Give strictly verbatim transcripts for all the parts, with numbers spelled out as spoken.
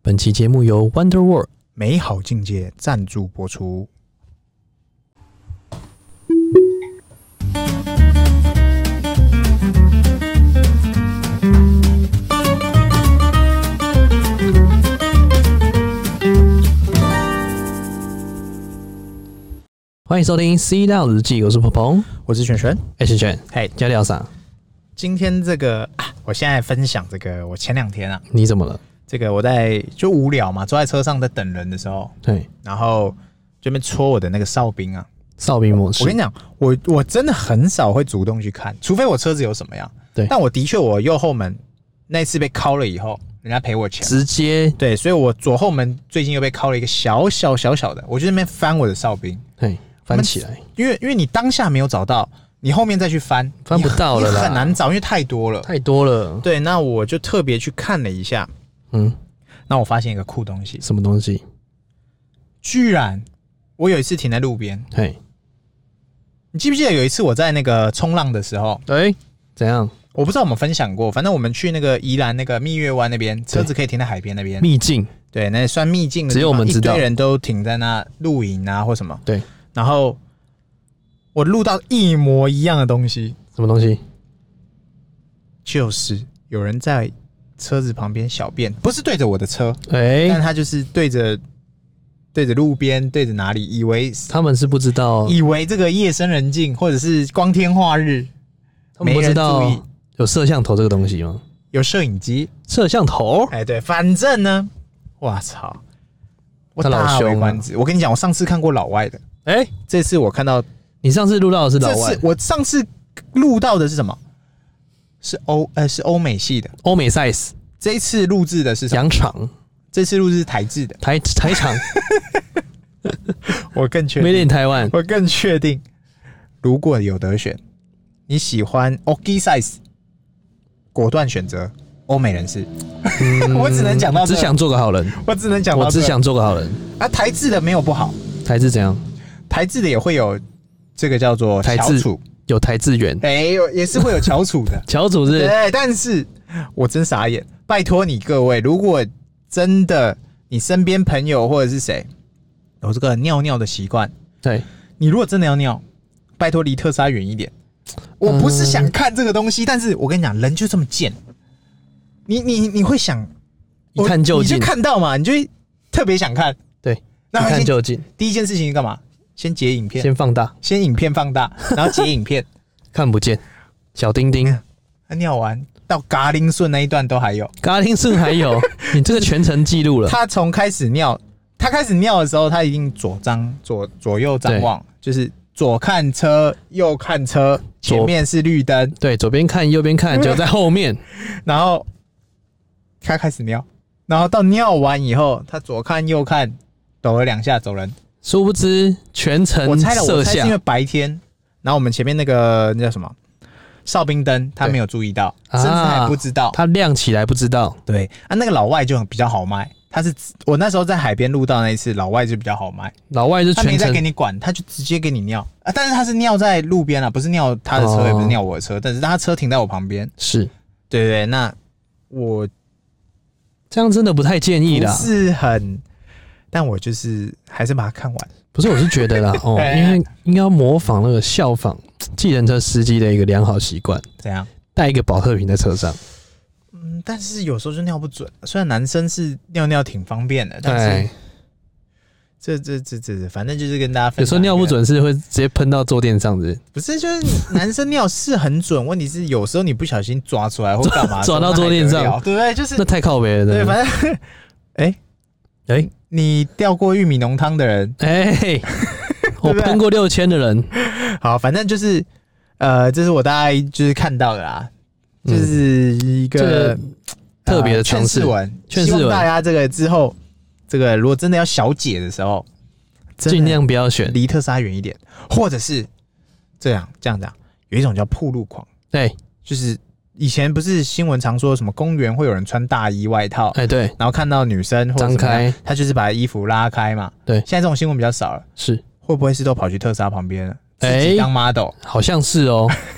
本期节目由 Wonder World 美好境界赞助播出。 欢迎收听《C 大日记》，我是鹏鹏， 我是璇璇， 哎，璇璇， 嘿， 今天聊啥？ 今天这个、啊，我现在分享这个，我前两天啊， 你怎么了？ 这个我在就无聊嘛，坐在车上在等人的时候， 对， 然后这边戳我的那个哨兵啊， 哨兵模式。 我跟你讲，我我真的很少会主动去看，除非我车子有什么样。 对， 但我的确我右后门那次被敲了以后，人家赔我钱， 直接对，所以我左后门最近又被敲了一个小小小小的，我就在那边翻我的哨兵， 对，翻起来， 因为因为你当下没有找到，你后面再去翻， 翻不到了啦， 很难找，因为太多了， 太多了。 对，那我就特别去看了一下， 嗯， 那我发现一个酷东西， 什么东西？ 居然我有一次停在路边， 嘿， 你记不记得有一次我在那个冲浪的时候， 哎、欸，怎样？ 我不知道我们分享过，反正我们去那个宜兰那个蜜月湾那边，车子可以停在海边那边， 秘境， 对，那算秘境的地方， 只有我们知道， 一堆人都停在那露营啊或什么， 对， 然后我录到一模一样的东西， 什么东西？ 就是有人在车子旁边小便，不是对着我的车， 哎、欸， 但他就是对着对着路边，对着哪里，以为他们是不知道， 以为这个夜深人静或者是光天化日， 他们不知道有摄像头这个东西吗？ 有摄影机， 摄像头， 哎，对，反正呢，哇操，我大为观止。我跟你讲，我上次看过老外的，哎、欸，这次我看到， 你上次录到的是老外， 这次我上次录到的是什么？是欧呃是欧美系的， 欧美 size。 这一次录制的是什么？ 洋场。 这次录制是台制的， 台台场。 我更确定 ，Made in 台湾， 我更确定，如果有得选，你喜欢 OK size， 果断选择欧美人士。嗯、我只能讲到这， 只想做个好人。 我只能讲到， 我只想做个好人。 啊，台制的没有不好， 台制怎样？ 台制的也会有这个叫做台制，有台制员， 哎、欸，也是会有翘楚的， 翘楚是， 对，但是我真傻眼，拜托你各位，如果真的你身边朋友或者是谁有这个尿尿的习惯， 对，你如果真的要尿，拜托离特斯拉远一点。我不是想看这个东西，嗯、但是我跟你讲，人就这么贱，你你你会想一看就进， 你就看到嘛，你就会特别想看， 对，一看就进。 第一件事情是干嘛？先截影片， 先放大， 先影片放大，然后截影片， 看不见，小丁丁， 他尿完到嘎铃顺那一段都还有， 嘎铃顺还有，你这个全程记录了。 他从开始尿，他开始尿的时候，他一定左张左左右张望，就是左看车，右看车，前面是绿灯， 对，左边看，右边看，就在后面。 然后他开始尿，然后到尿完以后，他左看右看，抖了两下走人。殊不知全程我猜了，我猜是因为摄白天，然后我们前面那个那叫什么哨兵灯，他没有注意到，甚至还不知道， 他亮起来不知道。 对啊，那个老外就比较好卖，他是我那时候在海边录到那一次，老外就比较好卖， 老外就全程他没在给你管，他就直接给你尿啊，但是他是尿在路边啊，不是尿他的车，哦、也不是尿我的车，但是他车停在我旁边， 是， 对对对，那我这样真的不太建议啦， 不是很。但我就是还是把它看完。 不是，我是觉得啦，哦，因为应该要模仿那个效仿计程车司机的一个良好习惯。 怎样？ 带一个保特瓶在车上。 嗯，但是有时候就尿不准。虽然男生是尿尿挺方便的，但是这这这这，反正就是跟大家分享。 有时候尿不准是会直接喷到坐垫上的。 不是，就是男生尿是很准，问题是有时候你不小心抓出来或干嘛， 抓到坐垫上， 对不对？就是那太靠北了。 对，反正，哎、欸。 哎、欸， 你掉过玉米浓汤的人， 哎、欸，我喷过六千的人， 好，反正就是，呃，这是我大概就是看到的啦，嗯、就是一个、这个、 特别的尝试文，希望大家这个之后，这个如果真的要小解的时候， 尽量不要选， 离特斯拉远一点，或者是这样这样这样，有一种叫暴露狂， 对， 就是。以前不是新闻常说什么公园会有人穿大衣外套， 哎、欸、对， 然后看到女生或者张开， 他就是把衣服拉开嘛。 对， 现在这种新闻比较少了。 是， 会不会是都跑去特斯拉旁边了，自己当 model？、欸、 好像是哦。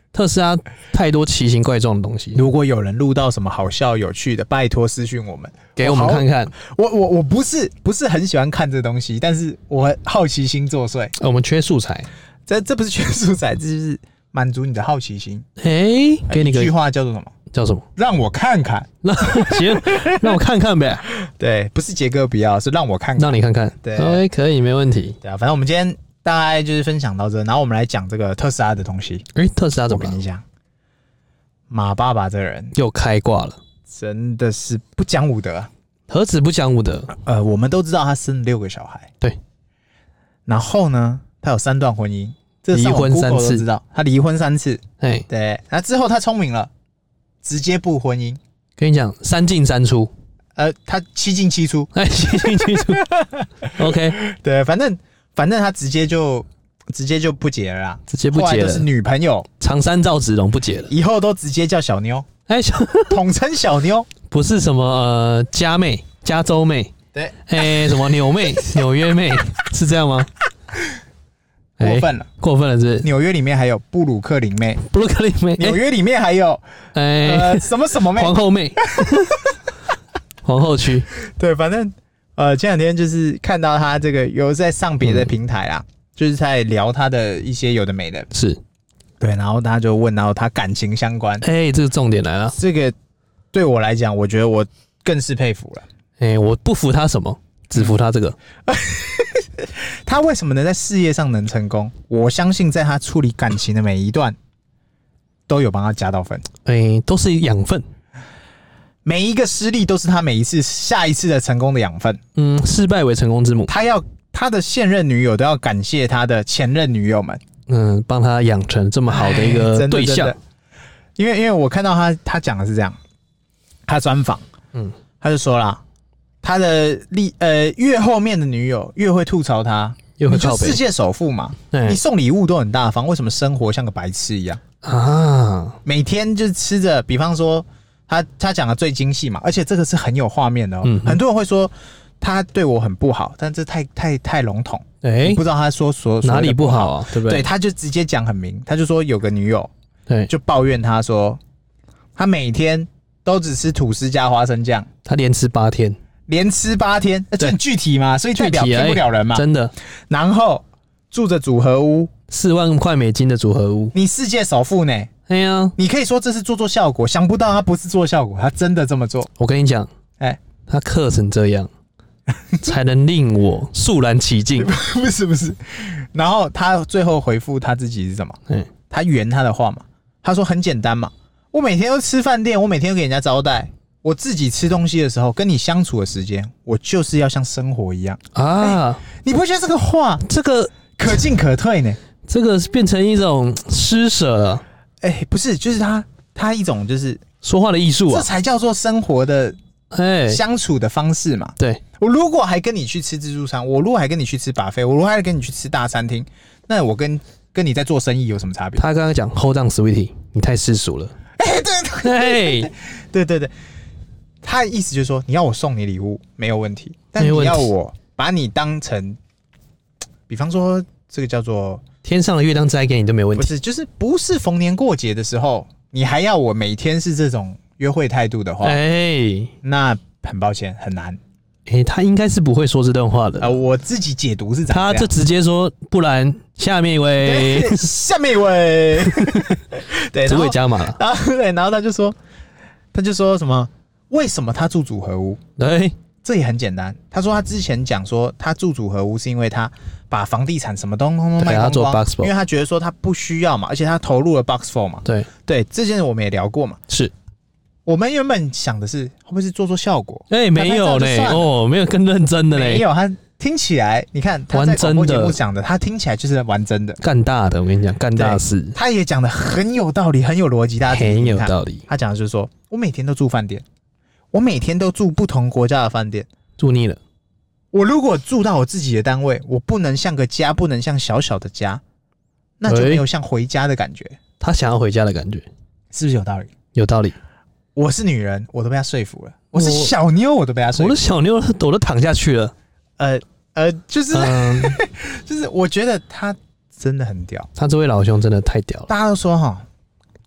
特斯拉太多奇形怪状的东西。 如果有人录到什么好笑有趣的，拜托私讯我们， 给我们看看。 我我我不是不是很喜欢看这东西，但是我好奇心作祟。 我们缺素材， 这这不是缺素材，这就是满足你的好奇心。 哎、欸，给你个一句话叫做什么？ 叫什么？ 让我看看。 那行，让我看看呗。 对，不是杰哥不要，是让我看看， 让你看看。 对 ，OK， 可以，没问题。 对啊，反正我们今天大概就是分享到这，然后我们来讲这个特斯拉的东西。 哎、欸，特斯拉怎么了？ 我跟你讲，马爸爸这人又开挂了， 真的是不讲武德、啊。 何止不讲武德？ 呃，我们都知道他生了六个小孩， 对。 然后呢，他有三段婚姻，这离婚三次， 都知道他离婚三次。 哎， 对。那之后他聪明了，直接步婚姻。 跟你讲，三进三出。 呃，他七进七出。 哎，七进七出。OK， 对，反正反正他直接就直接就不结了啦， 直接不结了。 后来就是女朋友长山赵子龙不结了， 以后都直接叫小妞。 哎， 统称小妞， 不是什么呃加妹、加州妹， 对， 哎、欸，什么纽妹、纽约妹，是这样吗？ 过分了，欸、 过分了是不是？ 纽约里面还有布鲁克林妹， 布鲁克林妹， 纽约里面还有哎、欸呃、什么什么妹， 皇后妹，皇后区。 对，反正呃前两天就是看到他这个有在上别的平台啊、嗯，就是在聊他的一些有的没的， 是。 对，然后他就问到他感情相关， 哎、欸，这个重点来了。 这个对我来讲，我觉得我更是佩服了。 哎、欸，我不服他什么，只服他这个。 他为什么能在事业上能成功？我相信在他处理感情的每一段，都有帮他加到分。 哎、欸，都是养分， 每一个失利都是他每一次下一次的成功的养分。 嗯，失败为成功之母。 他要他的现任女友都要感谢他的前任女友们。 嗯，帮他养成这么好的一个对象， 因为因为我看到他他讲的是这样，他专访，嗯，他就说啦，他的历呃越后面的女友越会吐槽他， 越会靠北， 你就世界首富嘛，你送礼物都很大方，为什么生活像个白痴一样啊？每天就吃着，比方说他他讲的最精细嘛，而且这个是很有画面的哦、嗯，很多人会说他对我很不好，但这太太太笼统。哎、欸，不知道他说所哪里不好啊？对不对？ 对，他就直接讲很明，他就说有个女友， 对， 就抱怨他说，他每天都只吃吐司加花生酱， 他连吃八天， 连吃八天，这很具体嘛，所以代表骗不了人嘛， 真的。 然后住着组合屋， 四万块美金的组合屋， 你世界首富呢？ 哎呀、啊， 你可以说这是做做效果，想不到他不是做效果，他真的这么做。 我跟你讲，哎、欸，他刻成这样。才能令我肃然起敬。 不是不是，然后他最后回复他自己是什么？嗯，他圆他的话嘛，他说很简单嘛，我每天都吃饭店，我每天都给人家招待，我自己吃东西的时候，跟你相处的时间，我就是要像生活一样啊、欸。你不觉得这个话， 这个可进可退呢？ 这个变成一种施舍了。 哎、欸，不是，就是他他一种就是说话的艺术啊， 这才叫做生活的。 哎， 相处的方式嘛， 对， 我如果还跟你去吃自助餐，我如果还跟你去吃 buffet， 我如果还跟你去吃大餐厅，那我跟跟你在做生意有什么差别？ 他刚刚讲 hold on sweetie， 你太世俗了。 哎、欸，对对对，对对对，他的意思就是说，你要我送你礼物没有问题，但你要我把你当成，比方说这个叫做天上的月亮摘给你都没有问题， 不是，就是不是逢年过节的时候，你还要我每天是这种。约会态度的话，哎、 欸， 那很抱歉，很难。 哎、欸，他应该是不会说这段话的。 呃，我自己解读是这样， 他就直接说，不然下面一位， 下面一位，对， 这位加码了。 然后对，然后他就说，他就说什么？为什么他住组合屋？ 对， 这也很简单。他说他之前讲说，他住组合屋是因为他把房地产什么东西卖光光，因为他觉得说他不需要嘛，而且他投入了 Box Four 嘛。 对对，这件事我们也聊过嘛。 是。 我们原本想的是会不会是做做效果？ 哎、欸，没有嘞，哦，没有更认真的嘞， 没有。他听起来，你看他在广播节目讲的，他听起来就是玩真的， 干大的。我跟你讲，干大事。 他也讲的很有道理，很有逻辑，大家很有道理。 他讲的就是说，我每天都住饭店，我每天都住不同国家的饭店， 住腻了。 我如果住到我自己的单位，我不能像个家，不能像小小的家，那就没有像回家的感觉。欸、 他想要回家的感觉， 是不是有道理？ 有道理。 我是女人，我都被他说服了；我是小妞，我都被他说服了。 我的小妞，我都躺下去了。 呃呃，就是，嗯、就是，我觉得他真的很屌。 他这位老兄真的太屌了。 大家都说哈，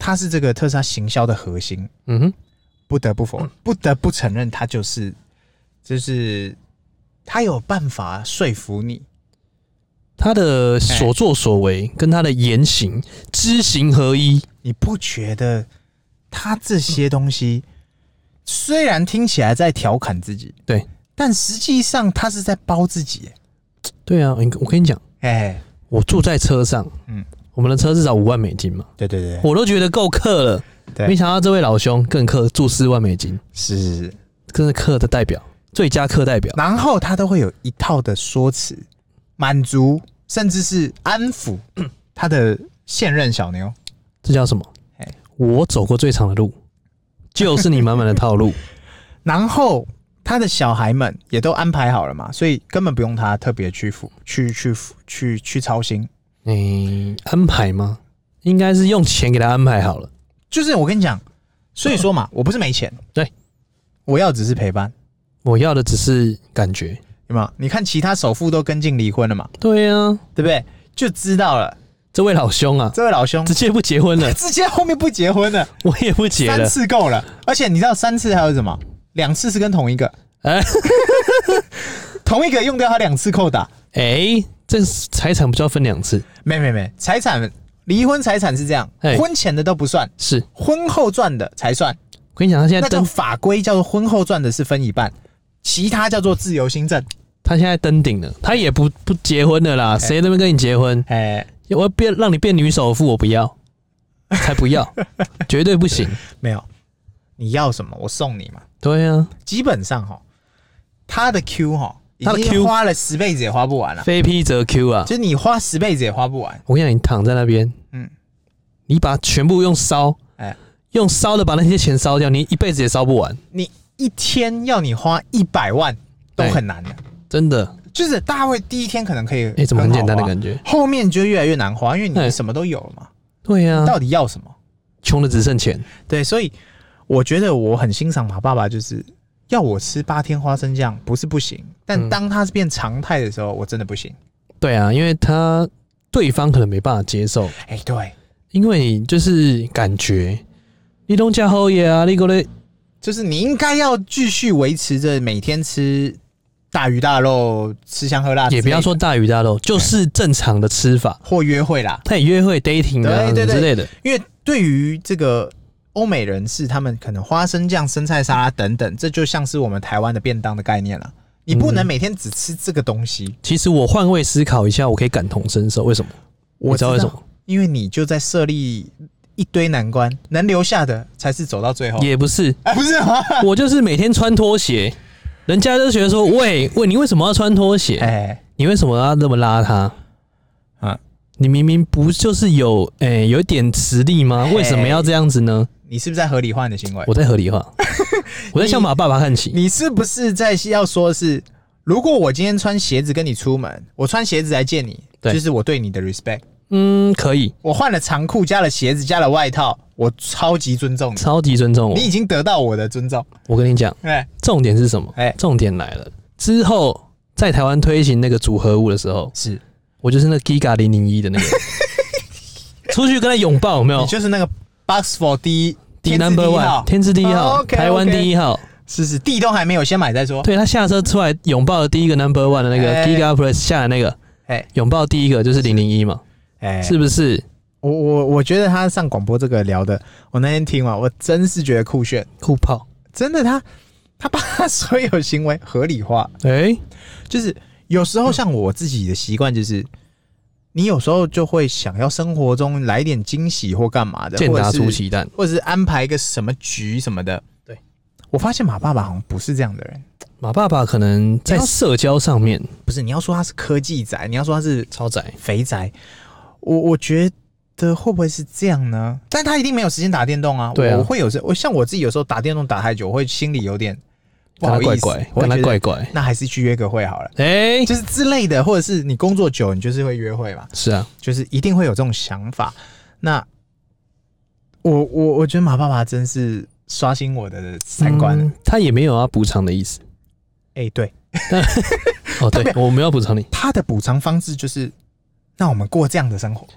他是这个特斯拉行销的核心。嗯哼，不得不否，不得不承认，他就是就是他有办法说服你。 他的所作所为跟他的言行知行合一， 你不觉得他这些东西虽然听起来在调侃自己， 对， 但实际上他是在包自己。 对啊，我跟你讲，哎，我住在车上，嗯，我们的车至少五万美金嘛， 对对对， 我都觉得够氪了。对，没想到这位老兄更氪，住四万美金， 是， 更是氪的代表，最佳氪代表。 然后他都会有一套的说辞，满足甚至是安抚他的现任小妞。 这叫什么？我走过最长的路，就是你满满的套路。 然后他的小孩们也都安排好了嘛，所以根本不用他特别去去去去去操心。 嗯，安排吗？应该是用钱给他安排好了。 就是我跟你讲，所以说嘛，我不是没钱， 对， 我要只是陪伴， 我要的只是感觉， 有没有？你看其他首富都跟进离婚了嘛？ 对啊， 对不对？就知道了。 这位老兄啊， 这位老兄直接不结婚了， 直接后面不结婚了， 我也不结了， 三次够了。而且你知道三次还有什么？两次是跟同一个，哎，同一个用掉他两次扣打， 哎，这财产不就要分两次？ 没没没，财产离婚财产是这样，婚前的都不算， 是婚后赚的才算。 我跟你讲，他现在登那法规叫做婚后赚的是分一半，其他叫做自由新政。 他现在登顶了，他也不不结婚了啦，谁那边跟你结婚？哎。我要变让你变女首富，我不要，才不要，绝对不行。 没有，你要什么我送你嘛。 对啊， 基本上哈，他的 Q 哈，他的 Q 花了十辈子也花不完了， 非 P 则 Q 啊， 就是你花十辈子也花不完。 我跟你讲，你躺在那边，嗯，你把全部用烧，哎，用烧的把那些钱烧掉，你一辈子也烧不完。 你一天要你花一百万都很难的， 真的。 就是大家会第一天可能可以，哎、 欸，怎么很简单的感觉？ 后面就越来越难花，因为你什么都有了嘛。 对呀、啊， 到底要什么？ 穷的只剩钱。 对，所以我觉得我很欣赏马爸爸，就是要我吃八天花生酱不是不行，但当它是变常态的时候，我真的不行。 对啊，因为他对方可能没办法接受。 哎、欸，对， 因为你就是感觉你都加后耶啊，你过来就是你应该要继续维持着每天吃。大鱼大肉，吃香喝辣， 也不要说大鱼大肉，就是正常的吃法， 或约会啦， 他也约会 dating 啊对对对之类的。 因为对于这个欧美人士，他们可能花生酱、生菜沙拉等等，这就像是我们台湾的便当的概念了。你不能每天只吃这个东西。嗯、 其实我换位思考一下，我可以感同身受。为什么？ 我知道为什么？ 因为你就在设立一堆难关，能留下的才是走到最后。 也不是， 哎、不是吗？ 我就是每天穿拖鞋。人家就觉得说，喂喂，你为什么要穿拖鞋？哎、欸，你为什么要那么邋遢？啊，你明明不就是有哎、欸、有一点实力吗？欸、为什么要这样子呢？ 你是不是在合理化你的行为？ 我在合理化，我在向马爸爸看齐。 你是不是在要说的是，如果我今天穿鞋子跟你出门，我穿鞋子来见你，就是我对你的 respect。 嗯，可以。 我换了长裤，加了鞋子，加了外套，我超级尊重你， 超级尊重我。 你已经得到我的尊重。 我跟你讲，哎，重点是什么？哎，重点来了。之后在台湾推行那个组合屋的时候， 是我就是那 Giga 零零一的那个，出去跟他拥抱，有没有？ 你就是那个 Box for 第一 D number one 天字第一号， oh, okay, okay. 台湾第一号。 是是，地都还没有，先买再说。 对他下车出来拥抱的第一个 number one 的那个 Giga Plus 下来那个，哎，拥抱第一个就是零零一嘛。哎，是不是？ 我我我觉得他上广播这个聊的，我那天听嘛，我真是觉得酷炫酷炮， 真的他他把他所有行为合理化。哎、欸，就是有时候像我自己的习惯，就是你有时候就会想要生活中来点惊喜或干嘛的， 健达出奇蛋， 或者是安排一个什么局什么的。对，我发现马爸爸好像不是这样的人。 马爸爸可能在社交上面， 不是你要说他是科技宅，你要说他是超宅、 肥宅。我我觉得会不会是这样呢？但他一定没有时间打电动啊。对啊，我会有时我像我自己有时候打电动打太久，我会心里有点不好意思， 怪怪，跟他怪怪。 那还是去约个会好了，哎、欸，就是之类的，或者是你工作久，你就是会约会嘛。 是啊， 就是一定会有这种想法。那我我我觉得马爸爸真是刷新我的三观了、嗯。 他也没有要补偿的意思。 哎、欸，对， 哦对，我没有补偿你。 他的补偿方式就是。让我们过这样的生活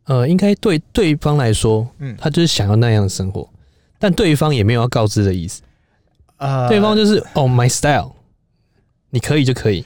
呃，应该对对方来说，嗯，他就是想要那样的生活，但对方也没有要告知的意思。呃，对方就是哦 ，my style， 你可以就可以。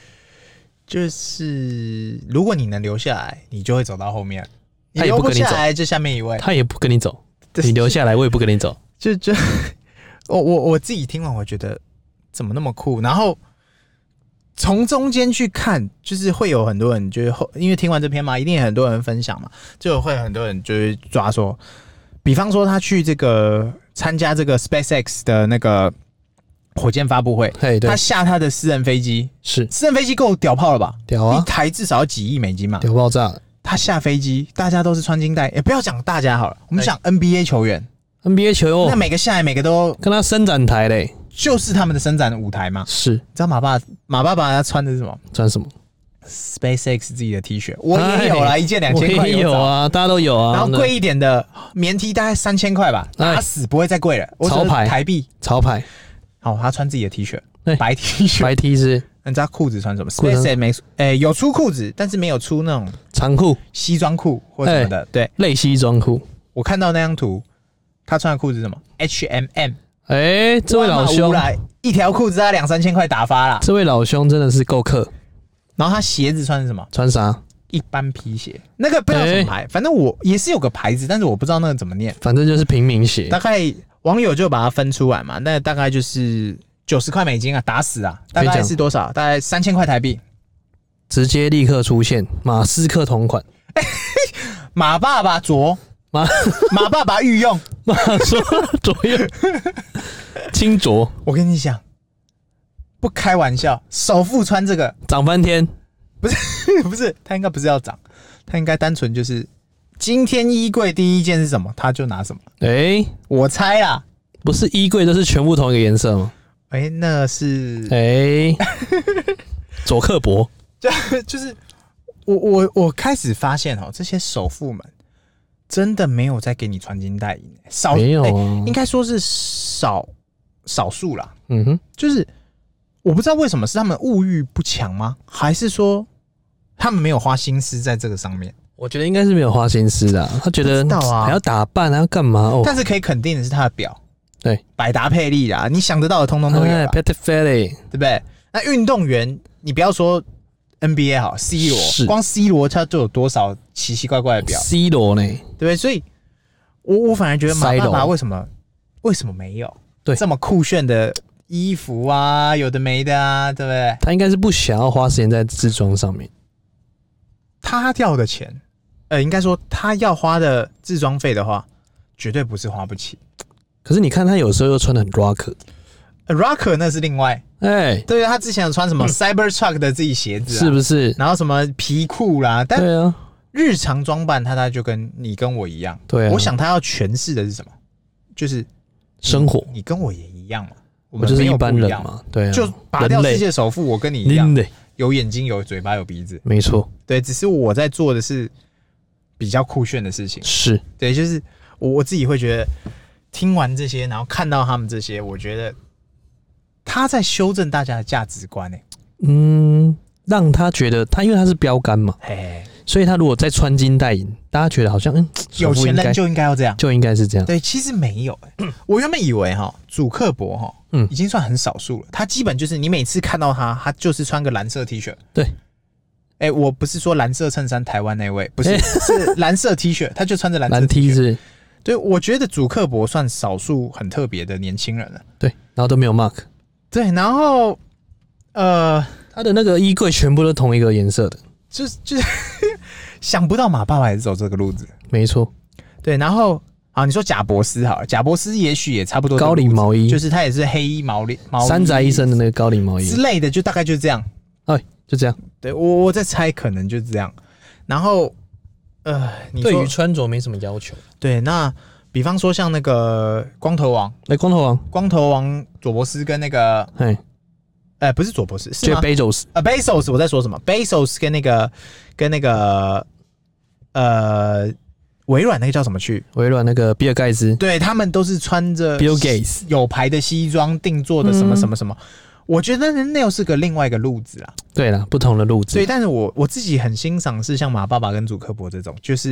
就是如果你能留下来，你就会走到后面。你留不下来，就下面一位， 他也不跟你走。你留下来，我也不跟你走。 就就我我我自己听完，我觉得怎么那么酷？然后从中间去看，就是会有很多人，就是后因为听完这篇嘛，一定很多人分享嘛，就会很多人就是抓说，比方说他去这个参加这个 SpaceX 的那个火箭发布会，他下他的私人飞机， 是私人飞机够屌炮了吧？ 屌啊！ 一台至少要几亿美金嘛， 屌爆炸了。 他下飞机，大家都是穿金戴，也不要讲大家好了，我们讲 N B A 球员 ，N B A 球员， 那每个下来每个都跟他伸展台嘞， 就是他们的伸展舞台嘛。 是，你知道马爸马爸爸他穿的是什么？ 穿什么 ？SpaceX 自己的 T 恤，我也有啦，一件两千块有啊，大家都有啊。 然后贵一点的棉 T 大概三千块吧，打死不会再贵了。 潮牌台币， 潮牌。 好，他穿自己的 T 恤，白 T 恤， 白 T 是。 你知道裤子穿什么 ？SpaceX 没，诶，有出裤子，但是没有出那种长裤、 西装裤或什么的。对， 类西装裤。 我看到那张图，他穿的裤子是什么 ？H and M。 哎，这位老兄， 一条裤子他两三千块打发啦。 这位老兄真的是够客。 然后他鞋子穿的是什么？ 穿啥？ 一般皮鞋，那个不知道什么牌，反正我也是有个牌子，但是我不知道那个怎么念。 反正就是平民鞋。 大概网友就把它分出来嘛，那大概就是九十块美金啊，打死啊，大概是多少？大概三千块台币， 直接立刻出现马斯克同款， 马爸爸着马马爸爸御用， 马说着用，轻着。 我跟你讲，不开玩笑，首富穿这个涨翻天， 不是不是，他应该不是要涨，他应该单纯就是今天衣柜第一件是什么，他就拿什么。哎、欸，我猜啦， 不是衣柜都是全部同一个颜色吗？ 哎、欸，那是哎， 欸、佐克伯， 就就是我我我开始发现哦，这些首富们真的没有在给你穿金戴银，少没有、啊欸，应该说是少少数啦。 嗯哼， 就是我不知道为什么是他们物欲不强吗？还是说他们没有花心思在这个上面？ 我觉得应该是没有花心思的、啊，他觉得还要打扮，还要干嘛？哦， 但是可以肯定的是他的表。 对， 百达珮丽啦，你想得到的通通都有啦。 Patek Philippe， 对不对？那运动员，你不要说 N B A 好 ，C 罗，光 C 罗他就有多少奇奇怪怪的表 ？C 罗呢？ 对不对？所以我，我我反而觉得马爸爸为什么为什么没有对这么酷炫的衣服啊，有的没的啊，对不对？ 他应该是不想要花时间在制装上面。 他要的钱，呃，应该说他要花的制装费的话，绝对不是花不起。 可是你看他有时候又穿的很 rocker，rocker 那是另外， 哎、欸， 对，他之前有穿什么 Cybertruck 的自己鞋子、啊， 是不是？ 然后什么皮裤啦，但对啊， 日常装扮他他就跟你跟我一样， 对、啊， 我想他要诠释的是什么？就是生活， 你跟我也一样嘛，我们就是一般人嘛，对啊， 就拔掉世界首富，我跟你一样，有眼睛、有嘴巴、有鼻子， 没错， 对，只是我在做的是比较酷炫的事情， 是对，就是我我自己会觉得。听完这些，然后看到他们这些，我觉得他在修正大家的价值观诶、欸。 嗯，让他觉得他因为他是标杆嘛，所以他如果再穿金戴银，大家觉得好像嗯， 有钱人就应该要这样， 就应该是这样。 对，其实没有、欸。我原本以为哈，祖克伯哈，嗯，已经算很少数了。他基本就是你每次看到他，他就是穿个蓝色 T 恤。 对， 哎、欸，我不是说蓝色衬衫，台湾那位不是，欸、是蓝色 T 恤，他就穿着蓝色 T 恤。是对，我觉得祖克伯算少数很特别的年轻人了。 对，然后都没有 mark。 对，然后呃， 他的那个衣柜全部都同一个颜色的， 就是就是想不到马爸爸也是走这个路子。 没错， 对，然后好，你说贾伯斯好了，贾伯斯也许也差不多。 高领毛衣， 就是他也是黑衣毛领毛衣， 山宅医生的那个高领毛衣之类的，就大概就是这样。 哎，就这样。 对我我在猜，可能就是这样。然后。呃，你对于穿着没什么要求。 对，那比方说像那个光头王， 哎、欸，光头王， 光头王佐伯斯跟那个，哎，哎、呃，不是佐伯斯，是吗 ？Bezos， 呃 ，Bezos， 我在说什么 ？Bezos 跟那个跟那个呃微软那个叫什么去？ 微软那个比尔盖茨， 对他们都是穿着 Bill Gates 有牌的西装，定做的什么什么什么。嗯，我觉得那又是个另外一个路子啦， 对啦，不同的路子。 对，但是我我自己很欣赏是像马爸爸跟祖克伯这种，就是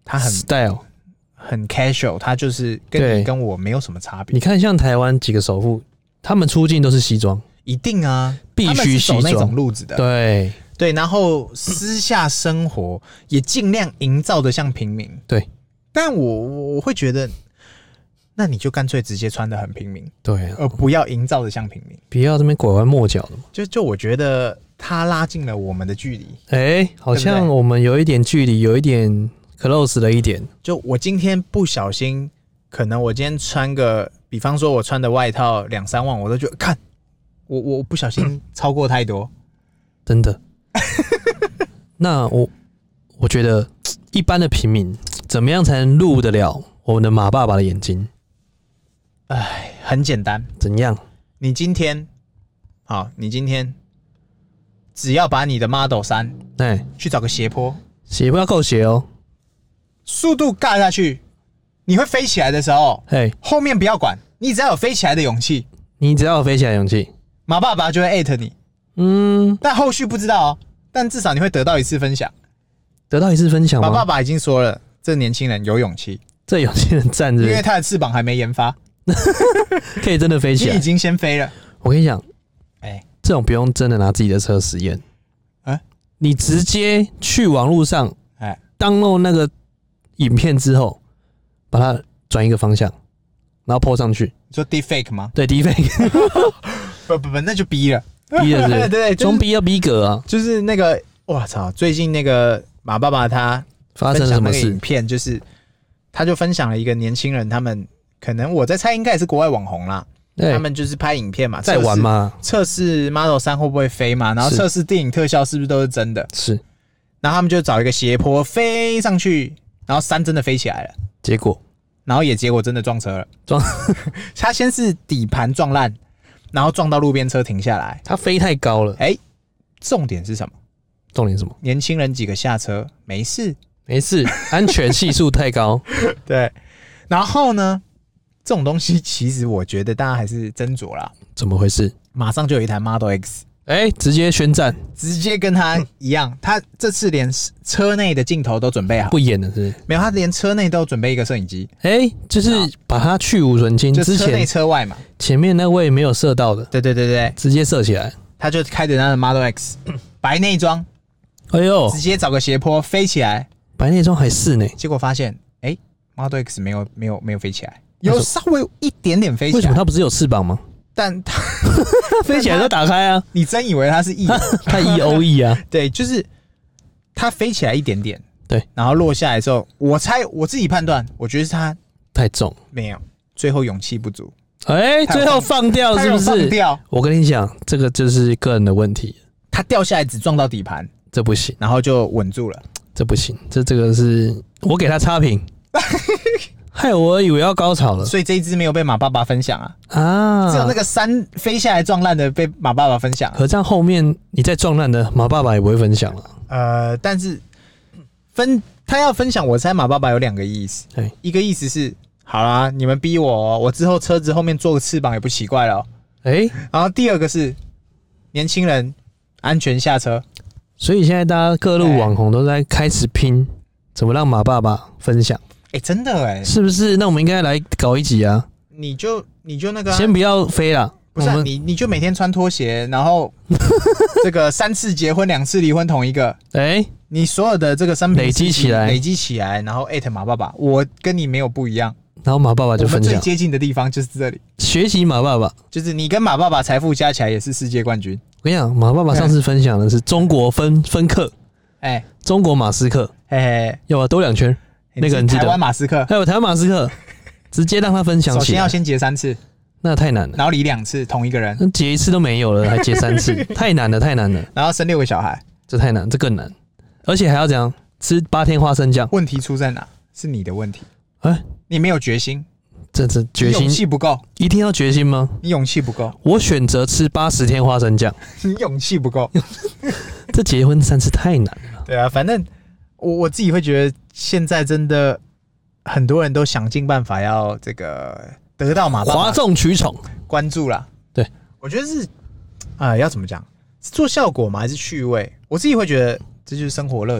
他很 style， 很 casual， 他就是跟你跟我没有什么差别。 你看，像台湾几个首富，他们出境都是西装， 一定啊， 必须西装那种路子的。 对对，然后私下生活也尽量营造的像平民。 对， 但我我会觉得，那你就干脆直接穿的很平民， 对、啊， 而不要营造的像平民， 不要这边拐弯抹角的嘛。 就就我觉得他拉近了我们的距离。 哎、欸，好像我们有一点距离，有一点 close 了一点。 就我今天不小心，可能我今天穿个，比方说我穿的外套两三万，我都觉得看我我不小心超过太多， 真的。那我我觉得一般的平民怎么样才能入得了我们的马爸爸的眼睛？ 哎，很简单， 怎样？ 你今天好，你今天只要把你的 Model 三，哎，去找个斜坡， 斜坡要够斜哦， 速度尬下去，你会飞起来的时候，哎，后面不要管，你只要有飞起来的勇气， 你只要有飞起来的勇气， 马爸爸就会艾特你。嗯，但后续不知道哦，但至少你会得到一次分享， 得到一次分享吗？ 马爸爸已经说了，这年轻人有勇气， 这有些人站着， 因为他的翅膀还没研发， 可以真的飞起来。 你已经先飞了。 我跟你讲，哎、欸，这种不用真的拿自己的车实验，哎、欸，你直接去网络上，哎、欸、，download 那个影片之后，把它转一个方向，然后 po 上去。 你说 deepfake 吗？ 对 ，deepfake， 不不不，那就逼了， 逼了是不是？ 对对， 装、就是、逼要逼格啊！ 就是那个，哇操！最近那个马爸爸他发生了什么事？ 影片就是他就分享了一个年轻人，他们可能我在猜应该也是国外网红啦。他们就是拍影片嘛， 在玩吗？ 测试 Model 三会不会飞嘛，然后测试电影特效是不是都是真的？ 是。 然后他们就找一个斜坡飞上去，然后山真的飞起来了。 结果， 然后也结果真的撞车了。 撞， 他先是底盘撞烂，然后撞到路边车停下来。 他飞太高了。 哎、欸，重点是什么？ 重点是什么？ 年轻人几个下车，没事， 没事，安全系数太高。 对。然后呢？这种东西其实我觉得大家还是斟酌啦。 怎么回事？ 马上就有一台 Model X， 哎、欸，直接宣战， 直接跟他一样。他这次连车内的镜头都准备好， 不演了是不是？ 没有，他连车内都准备一个摄影机。 哎、欸，就是把它去无存菁。 就车内车外嘛， 前面那位没有射到的， 对对对对， 直接射起来。 他就开着他的 Model X， 白内装， 哎呦， 直接找个斜坡飞起来。 白内装还是呢？ 结果发现，哎、欸、，Model X 没有没有没有飞起来。有稍微一点点飞起来， 为什么它不是有翅膀吗？ 但它飞起来都打开啊！ 你真以为它是 E？ 它 E O E 啊？ 对，就是它飞起来一点点， 对， 然后落下来之后，我猜我自己判断，我觉得是它太重， 没有，最后勇气不足， 哎、欸，最后放掉是不是？ 放掉。 我跟你讲，这个就是个人的问题， 它掉下来只撞到底盘， 这不行， 然后就稳住了， 这不行，这这个是我给他差评。害我以为要高潮了， 所以这一支没有被马爸爸分享啊啊！ 只有那个山飞下来撞烂的被马爸爸分享、啊。 可这样后面你再撞烂的马爸爸也不会分享了。 呃，但是分他要分享，我猜马爸爸有两个意思。一个意思是，好啦，你们逼我、哦，我之后车子后面做个翅膀也不奇怪了、哦。哎、欸，然后第二个是年轻人安全下车。 所以现在大家各路网红都在开始拼，怎么让马爸爸分享。 哎、欸，真的哎、欸， 是不是？那我们应该来搞一集啊！ 你就你就那个、啊， 先不要飞啦， 不是、啊、你你就每天穿拖鞋，然后这个三次结婚两次离婚同一个，哎、欸，你所有的这个商品累积起来， 累积起来，然后艾特马爸爸，我跟你没有不一样， 然后马爸爸就分享， 我们最接近的地方就是这里， 学习马爸爸， 就是你跟马爸爸财富加起来也是世界冠军。 我跟你讲，马爸爸上次分享的是中国分分克，哎、欸，中国马斯克，嘿嘿，要不要多两圈？那个人记得台湾马斯克， 还有台湾马斯克，直接让他分享起来。 首先要先结三次， 那太难了。 然后离两次，同一个人， 那结一次都没有了，还结三次，太难了，太难了。 然后生六个小孩， 这太难，这更难，而且还要怎样吃八天花生酱？ 问题出在哪？是你的问题。哎、欸，你没有决心， 这这决心， 勇气不够。 一定要决心吗？ 你勇气不够。 我选择吃八十天花生酱， 你勇气不够。 这结婚三次太难了。 对啊，反正我我自己会觉得，现在真的。很多人都想尽办法要这个得到马爸爸哗众取宠关注啦。对，我觉得是啊、呃，要怎么讲？是做效果吗？还是趣味？我自己会觉得这就是生活乐子嘛。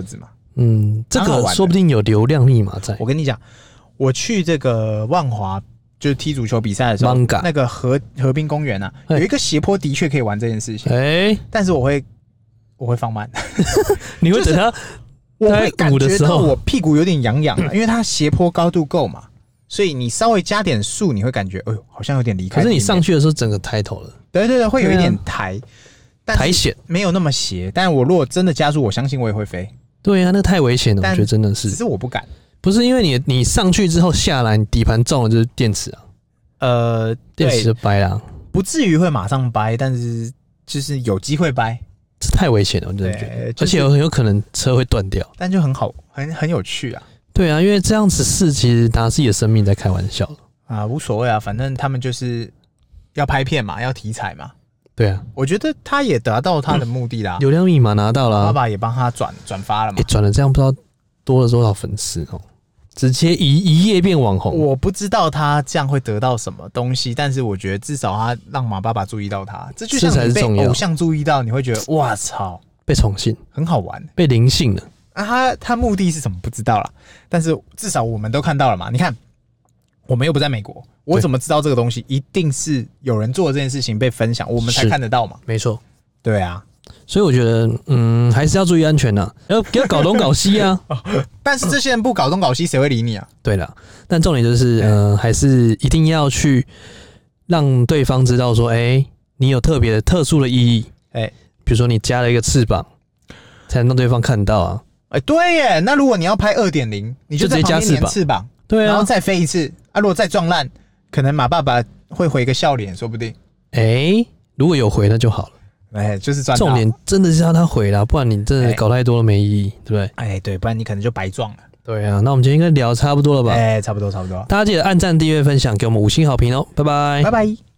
嗯，这个说不定有流量密码在。 我跟你讲，我去这个万华就是踢足球比赛的时候，那个河河滨公园啊，有一个斜坡的确可以玩这件事情。哎、欸，但是我会我会放慢， 你会等它、就是， 我会感觉到我屁股有点痒痒了，因为它斜坡高度够嘛，所以你稍微加点速，你会感觉哎呦好像有点离开。 可是你上去的时候整个抬头了， 对对对，会有一点抬， 啊、抬险没有那么斜。但我如果真的加速，我相信我也会飞。 对啊，那太危险了，我觉得真的是。 只是我不敢， 不是因为你你上去之后下来，你底盘中了就是电池啊， 呃， 电池就掰了， 不至于会马上掰，但是就是有机会掰， 这太危险了，我真的觉得，就是、而且很有可能车会断掉， 但就很好，很很有趣啊。 对啊，因为这样子是其实拿自己的生命在开玩笑啊，无所谓啊，反正他们就是要拍片嘛，要题材嘛。 对啊， 我觉得他也达到他的目的啦， 流量密码拿到了、啊， 爸爸也帮他转转发了嘛， 转、欸、了这样不知道多了多少粉丝哦，直接一一夜变网红。 我不知道他这样会得到什么东西，但是我觉得至少他让马爸爸注意到他，这就像你被偶像注意到，你会觉得哇操， 被宠幸， 很好玩， 被灵性了。 啊，他他目的是什么不知道啦，但是至少我们都看到了嘛。你看，我们又不在美国。我怎么知道这个东西？一定是有人做这件事情被分享，我们才看得到嘛。 没错， 对啊， 所以我觉得，嗯，还是要注意安全呐、啊，要要搞东搞西啊。 但是这些人不搞东搞西，谁会理你啊？ 对了，但重点就是，呃，还是一定要去让对方知道说，哎、欸，你有特别的、特殊的意义。哎、欸，比如说你加了一个翅膀，才能让对方看到啊。 哎、欸，对耶。那如果你要拍 二点零， 你就在旁边粘翅膀， 对啊， 然后再飞一次啊。如果再撞烂，可能马爸爸会回个笑脸，说不定。 哎、欸，如果有回那就好了。 哎、欸，就是赚到。 重点真的是要他回啦，不然你真的搞太多了没意义，对不对？ 哎、欸，对，不然你可能就白撞了。 对啊，那我们今天应该聊差不多了吧？ 哎、欸，差不多，差不多。 大家记得按赞、订阅、分享，给我们五星好评哦，拜拜， 拜拜。